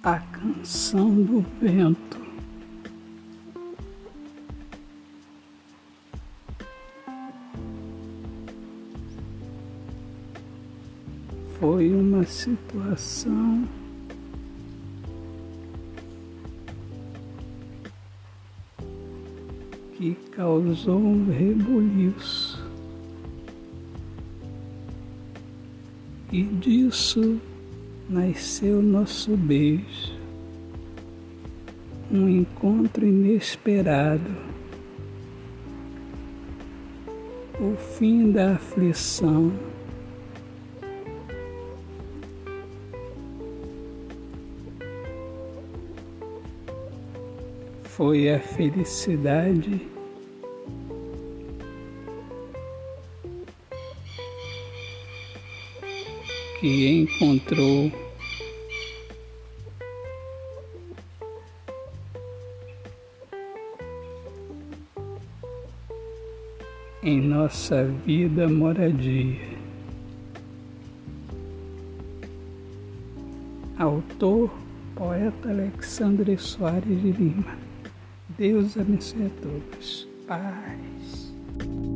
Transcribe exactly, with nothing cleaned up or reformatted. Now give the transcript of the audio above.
A canção do vento. Foi uma situação que causou um rebuliço, e disso nasceu nosso beijo, um encontro inesperado, o fim da aflição. Foi a felicidade que encontrou em nossa vida moradia. Autor, poeta Alexandre Soares de Lima. Deus abençoe a todos. Paz.